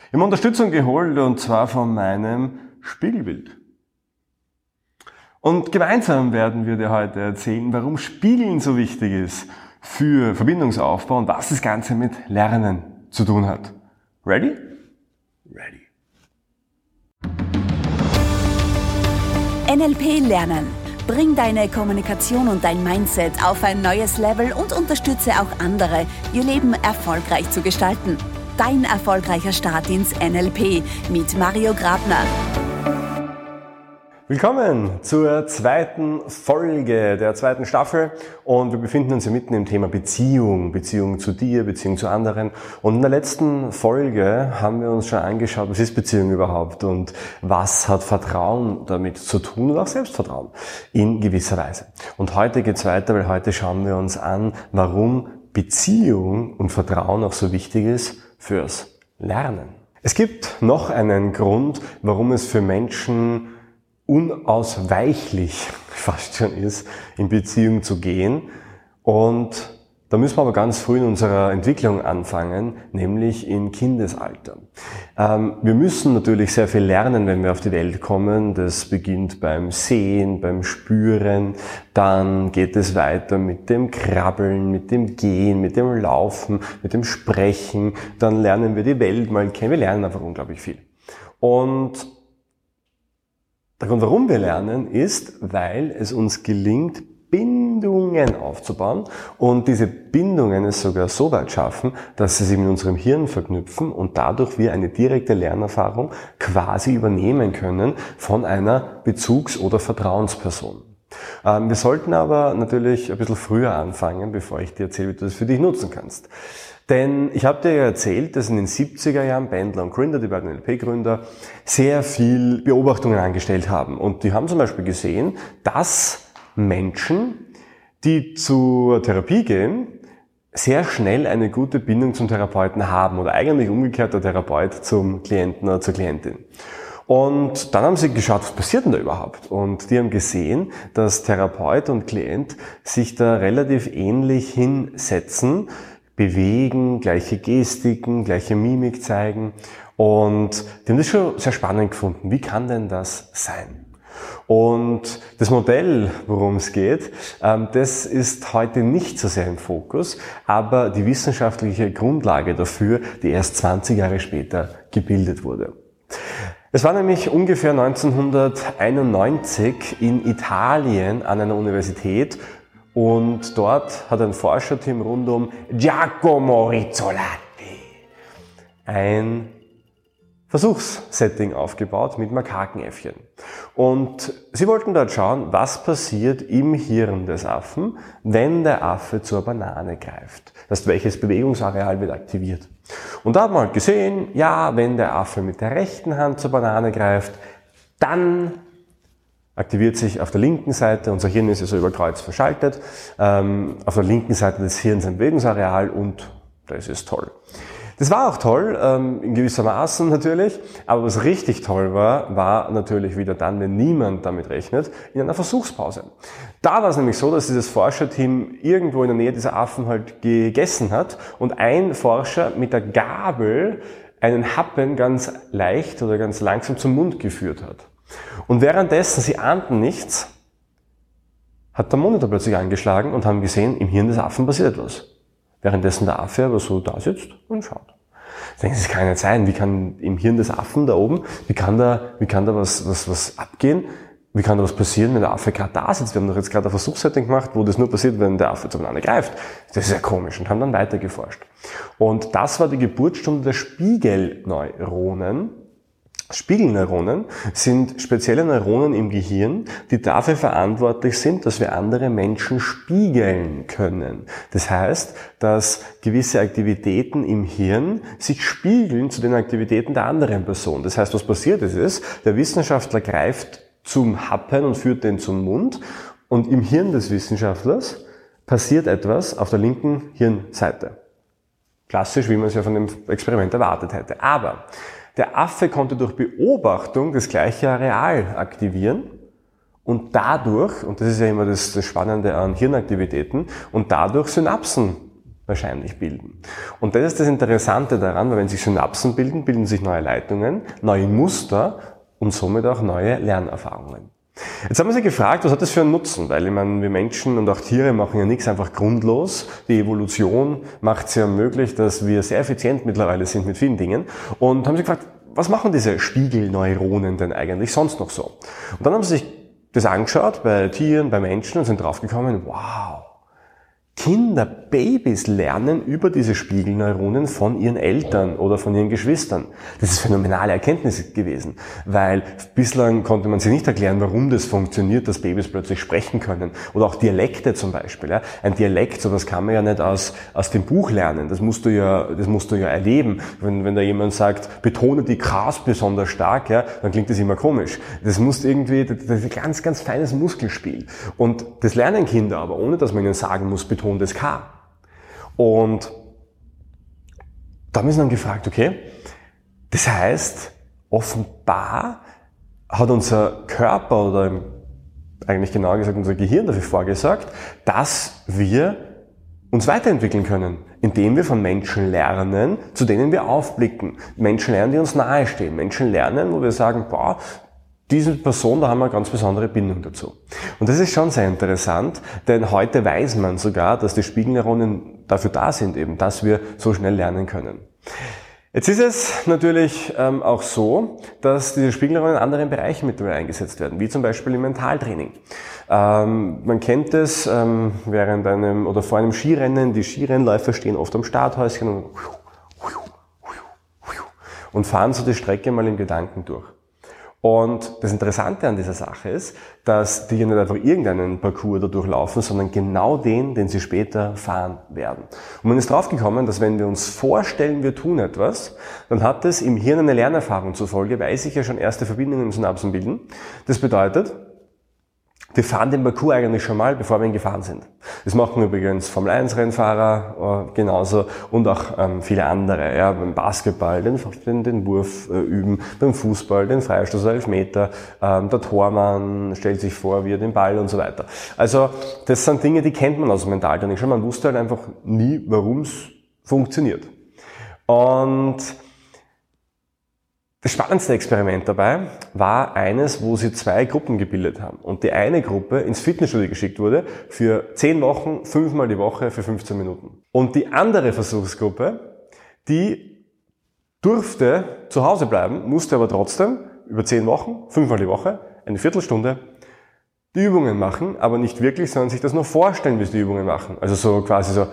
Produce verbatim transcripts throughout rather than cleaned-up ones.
Ich habe Unterstützung geholt, und zwar von meinem Spiegelbild. Und gemeinsam werden wir dir heute erzählen, warum Spiegeln so wichtig ist für Verbindungsaufbau und was das Ganze mit Lernen zu tun hat. Ready? Ready. N L P lernen. Bring deine Kommunikation und dein Mindset auf ein neues Level und unterstütze auch andere, ihr Leben erfolgreich zu gestalten. Dein erfolgreicher Start ins N L P mit Mario Grabner. Willkommen zur zweiten Folge der zweiten Staffel, und wir befinden uns ja mitten im Thema Beziehung, Beziehung zu dir, Beziehung zu anderen. Und in der letzten Folge haben wir uns schon angeschaut, was ist Beziehung überhaupt und was hat Vertrauen damit zu tun und auch Selbstvertrauen in gewisser Weise. Und heute geht's weiter, weil heute schauen wir uns an, warum Beziehung und Vertrauen auch so wichtig ist fürs Lernen. Es gibt noch einen Grund, warum es für Menschen unausweichlich fast schon ist, in Beziehung zu gehen. Und da müssen wir aber ganz früh in unserer Entwicklung anfangen, nämlich im Kindesalter. Ähm, wir müssen natürlich sehr viel lernen, wenn wir auf die Welt kommen. Das beginnt beim Sehen, beim Spüren, dann geht es weiter mit dem Krabbeln, mit dem Gehen, mit dem Laufen, mit dem Sprechen. Dann lernen wir die Welt mal kennen. Wir lernen einfach unglaublich viel. Und der Grund, warum wir lernen, ist, weil es uns gelingt, Bindungen aufzubauen, und diese Bindungen es sogar so weit schaffen, dass sie sich mit unserem Hirn verknüpfen und dadurch wir eine direkte Lernerfahrung quasi übernehmen können von einer Bezugs- oder Vertrauensperson. Wir sollten aber natürlich ein bisschen früher anfangen, bevor ich dir erzähle, wie du das für dich nutzen kannst. Denn ich habe dir ja erzählt, dass in den siebziger Jahren Bandler und Grinder, die beiden N L P-Gründer, sehr viel Beobachtungen angestellt haben. Und die haben zum Beispiel gesehen, dass Menschen, die zur Therapie gehen, sehr schnell eine gute Bindung zum Therapeuten haben, oder eigentlich umgekehrt der Therapeut zum Klienten oder zur Klientin. Und dann haben sie geschaut, was passiert denn da überhaupt? Und die haben gesehen, dass Therapeut und Klient sich da relativ ähnlich hinsetzen, bewegen, gleiche Gestiken, gleiche Mimik zeigen, und die haben das schon sehr spannend gefunden. Wie kann denn das sein? Und das Modell, worum es geht, das ist heute nicht so sehr im Fokus, aber die wissenschaftliche Grundlage dafür, die erst zwanzig Jahre später gebildet wurde. Es war nämlich ungefähr neunzehnhunderteinundneunzig in Italien an einer Universität, und dort hat ein Forscherteam rund um Giacomo Rizzolatti ein Versuchssetting aufgebaut mit Makakenäffchen. Und sie wollten dort schauen, was passiert im Hirn des Affen, wenn der Affe zur Banane greift. Das heißt, welches Bewegungsareal wird aktiviert. Und da hat man halt gesehen, ja, wenn der Affe mit der rechten Hand zur Banane greift, dann aktiviert sich auf der linken Seite, unser Hirn ist ja so über Kreuz verschaltet, ähm, auf der linken Seite des Hirns ein Bewegungsareal, und das ist toll. Das war auch toll, ähm, in gewisser Maßen natürlich, aber was richtig toll war, war natürlich wieder dann, wenn niemand damit rechnet, in einer Versuchspause. Da war es nämlich so, dass dieses Forscherteam irgendwo in der Nähe dieser Affen halt gegessen hat und ein Forscher mit der Gabel einen Happen ganz leicht oder ganz langsam zum Mund geführt hat. Und währenddessen, sie ahnten nichts, hat der Monitor plötzlich angeschlagen und haben gesehen, im Hirn des Affen passiert etwas. Währenddessen der Affe aber so da sitzt und schaut. Ich denke, das kann ja nicht sein. Wie kann im Hirn des Affen da oben, wie kann da, wie kann da was, was, was abgehen? Wie kann da was passieren, wenn der Affe gerade da sitzt? Wir haben doch jetzt gerade ein Versuchssetting gemacht, wo das nur passiert, wenn der Affe zueinander greift. Das ist ja komisch, und haben dann weiter geforscht. Und das war die Geburtsstunde der Spiegelneuronen. Spiegelneuronen sind spezielle Neuronen im Gehirn, die dafür verantwortlich sind, dass wir andere Menschen spiegeln können. Das heißt, dass gewisse Aktivitäten im Hirn sich spiegeln zu den Aktivitäten der anderen Person. Das heißt, was passiert ist, ist, der Wissenschaftler greift zum Happen und führt den zum Mund, und im Hirn des Wissenschaftlers passiert etwas auf der linken Hirnseite. Klassisch, wie man es ja von dem Experiment erwartet hätte. Aber der Affe konnte durch Beobachtung das gleiche Areal aktivieren und dadurch, und das ist ja immer das, das Spannende an Hirnaktivitäten, und dadurch Synapsen wahrscheinlich bilden. Und das ist das Interessante daran, weil wenn sich Synapsen bilden, bilden sich neue Leitungen, neue Muster und somit auch neue Lernerfahrungen. Jetzt haben wir sich gefragt, was hat das für einen Nutzen? Weil ich meine, wir Menschen und auch Tiere machen ja nichts einfach grundlos. Die Evolution macht es ja möglich, dass wir sehr effizient mittlerweile sind mit vielen Dingen. Und haben sich gefragt, was machen diese Spiegelneuronen denn eigentlich sonst noch so? Und dann haben sie sich das angeschaut bei Tieren, bei Menschen und sind draufgekommen, wow, Kinder, Babys lernen über diese Spiegelneuronen von ihren Eltern oder von ihren Geschwistern. Das ist phänomenale Erkenntnis gewesen, weil bislang konnte man sich nicht erklären, warum das funktioniert, dass Babys plötzlich sprechen können. Oder auch Dialekte zum Beispiel. Ja. Ein Dialekt, sowas kann man ja nicht aus, aus dem Buch lernen. Das musst du ja, das musst du ja erleben. Wenn, wenn da jemand sagt, betone die K's besonders stark, ja, dann klingt das immer komisch. Das muss irgendwie, das ist ein ganz, ganz feines Muskelspiel. Und das lernen Kinder aber, ohne dass man ihnen sagen muss, betone das K. Und da haben wir uns dann gefragt, okay, das heißt, offenbar hat unser Körper oder eigentlich genauer gesagt unser Gehirn dafür vorgesorgt, dass wir uns weiterentwickeln können, indem wir von Menschen lernen, zu denen wir aufblicken. Menschen lernen, die uns nahestehen. Menschen lernen, wo wir sagen, boah, diese Person, da haben wir eine ganz besondere Bindung dazu. Und das ist schon sehr interessant, denn heute weiß man sogar, dass die Spiegelneuronen dafür da sind, eben, dass wir so schnell lernen können. Jetzt ist es natürlich ähm, auch so, dass diese Spiegelneuronen in anderen Bereichen mittlerweile eingesetzt werden, wie zum Beispiel im Mentaltraining. Ähm, man kennt es ähm, während einem oder vor einem Skirennen, die Skirennläufer stehen oft am Starthäuschen und, und fahren so die Strecke mal im Gedanken durch. Und das Interessante an dieser Sache ist, dass die ja nicht einfach irgendeinen Parcours da durchlaufen, sondern genau den, den sie später fahren werden. Und man ist draufgekommen, dass wenn wir uns vorstellen, wir tun etwas, dann hat es im Hirn eine Lernerfahrung zur Folge, weil sich ja schon erste Verbindungen im Synapsen bilden. Das bedeutet, wir fahren den Parcours eigentlich schon mal, bevor wir ihn gefahren sind. Das machen übrigens Formel eins Rennfahrer äh, genauso und auch ähm, viele andere. Ja, beim Basketball den, den, den Wurf äh, üben, beim Fußball den Freistoß oder Elfmeter, ähm, der Tormann stellt sich vor, wie er den Ball und so weiter. Also das sind Dinge, die kennt man aus dem Mentaltraining schon. Man wusste halt einfach nie, warum es funktioniert. Und das spannendste Experiment dabei war eines, wo sie zwei Gruppen gebildet haben und die eine Gruppe ins Fitnessstudio geschickt wurde für zehn Wochen, fünfmal die Woche für fünfzehn Minuten. Und die andere Versuchsgruppe, die durfte zu Hause bleiben, musste aber trotzdem über zehn Wochen, fünfmal die Woche, eine Viertelstunde die Übungen machen, aber nicht wirklich, sondern sich das nur vorstellen, wie sie die Übungen machen. Also so quasi so...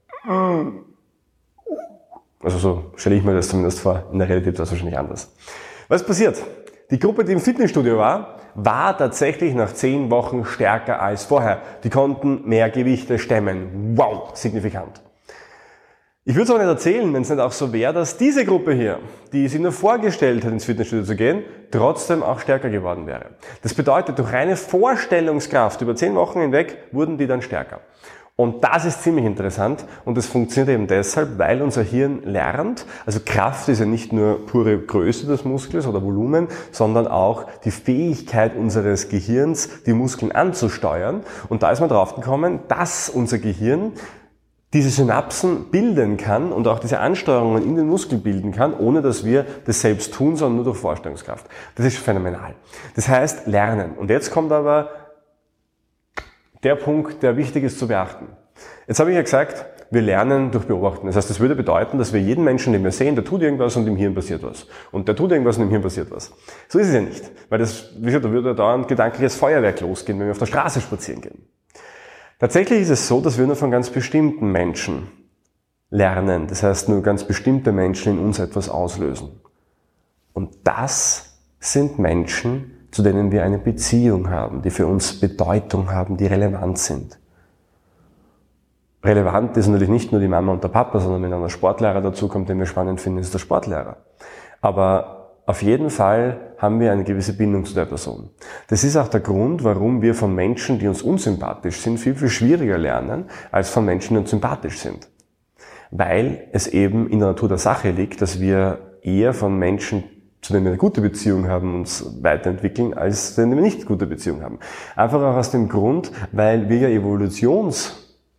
Also so stelle ich mir das zumindest vor. In der Realität war es wahrscheinlich anders. Was passiert? Die Gruppe, die im Fitnessstudio war, war tatsächlich nach zehn Wochen stärker als vorher. Die konnten mehr Gewichte stemmen. Wow, signifikant. Ich würde es aber nicht erzählen, wenn es nicht auch so wäre, dass diese Gruppe hier, die sich nur vorgestellt hat, ins Fitnessstudio zu gehen, trotzdem auch stärker geworden wäre. Das bedeutet, durch reine Vorstellungskraft über zehn Wochen hinweg wurden die dann stärker. Und das ist ziemlich interessant und das funktioniert eben deshalb, weil unser Hirn lernt. Also Kraft ist ja nicht nur pure Größe des Muskels oder Volumen, sondern auch die Fähigkeit unseres Gehirns, die Muskeln anzusteuern. Und da ist man draufgekommen, dass unser Gehirn diese Synapsen bilden kann und auch diese Ansteuerungen in den Muskeln bilden kann, ohne dass wir das selbst tun, sondern nur durch Vorstellungskraft. Das ist phänomenal. Das heißt, lernen. Und jetzt kommt aber der Punkt, der wichtig ist zu beachten. Jetzt habe ich ja gesagt, wir lernen durch Beobachten. Das heißt, das würde bedeuten, dass wir jeden Menschen, den wir sehen, der tut irgendwas und im Hirn passiert was. Und der tut irgendwas und im Hirn passiert was. So ist es ja nicht. Weil das, wie gesagt, da würde da ein gedankliches Feuerwerk losgehen, wenn wir auf der Straße spazieren gehen. Tatsächlich ist es so, dass wir nur von ganz bestimmten Menschen lernen. Das heißt, nur ganz bestimmte Menschen in uns etwas auslösen. Und das sind Menschen, zu denen wir eine Beziehung haben, die für uns Bedeutung haben, die relevant sind. Relevant ist natürlich nicht nur die Mama und der Papa, sondern wenn ein Sportlehrer dazukommt, den wir spannend finden, ist der Sportlehrer. Aber auf jeden Fall haben wir eine gewisse Bindung zu der Person. Das ist auch der Grund, warum wir von Menschen, die uns unsympathisch sind, viel, viel schwieriger lernen, als von Menschen, die uns sympathisch sind. Weil es eben in der Natur der Sache liegt, dass wir eher von Menschen, zu denen wir eine gute Beziehung haben, uns weiterentwickeln, als zu denen wir nicht eine gute Beziehung haben. Einfach auch aus dem Grund, weil wir ja evolutionstechnisch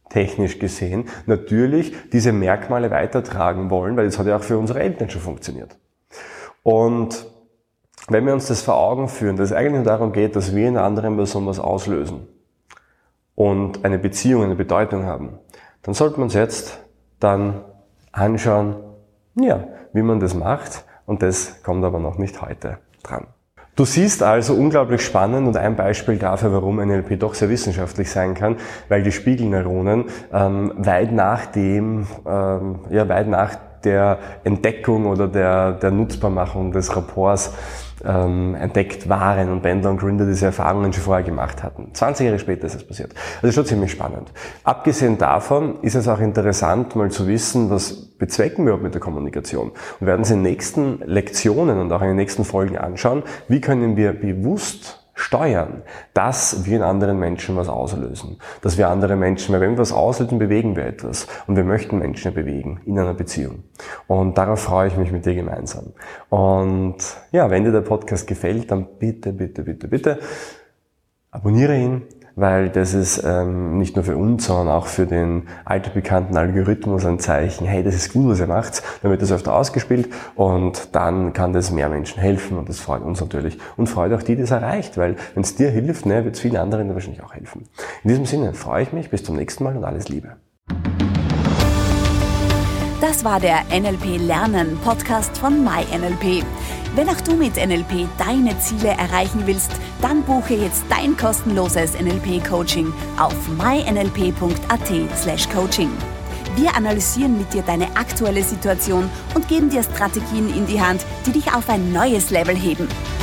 technisch gesehen, natürlich diese Merkmale weitertragen wollen, weil das hat ja auch für unsere Eltern schon funktioniert. Und wenn wir uns das vor Augen führen, dass es eigentlich nur darum geht, dass wir in einer anderen Person was auslösen und eine Beziehung, eine Bedeutung haben, dann sollten wir uns jetzt dann anschauen, ja, wie man das macht, und das kommt aber noch nicht heute dran. Du siehst also, unglaublich spannend und ein Beispiel dafür, warum N L P doch sehr wissenschaftlich sein kann, weil die Spiegelneuronen ähm, weit nach dem, ähm, ja, weit nach der Entdeckung oder der, der Nutzbarmachung des Rapports ähm, entdeckt waren und Bandler und Grinder diese Erfahrungen schon vorher gemacht hatten. zwanzig Jahre später ist es passiert. Also schon ziemlich spannend. Abgesehen davon ist es auch interessant, mal zu wissen, was bezwecken wir überhaupt mit der Kommunikation. Und wir werden uns in den nächsten Lektionen und auch in den nächsten Folgen anschauen, wie können wir bewusst steuern, dass wir in anderen Menschen was auslösen. Dass wir andere Menschen, weil wenn wir was auslösen, bewegen wir etwas. Und wir möchten Menschen bewegen in einer Beziehung. Und darauf freue ich mich mit dir gemeinsam. Und ja, wenn dir der Podcast gefällt, dann bitte, bitte, bitte, bitte abonniere ihn, weil das ist ähm, nicht nur für uns, sondern auch für den altbekannten Algorithmus ein Zeichen, hey, das ist gut, was ihr macht, dann wird das öfter ausgespielt und dann kann das mehr Menschen helfen und das freut uns natürlich und freut auch die, die es erreicht, weil wenn es dir hilft, ne, wird es vielen anderen wahrscheinlich auch helfen. In diesem Sinne freue ich mich, bis zum nächsten Mal und alles Liebe. Das war der N L P Lernen Podcast von MyNLP. Wenn auch du mit N L P deine Ziele erreichen willst, dann buche jetzt dein kostenloses N L P-Coaching auf mynlp punkt at slash coaching. Wir analysieren mit dir deine aktuelle Situation und geben dir Strategien in die Hand, die dich auf ein neues Level heben.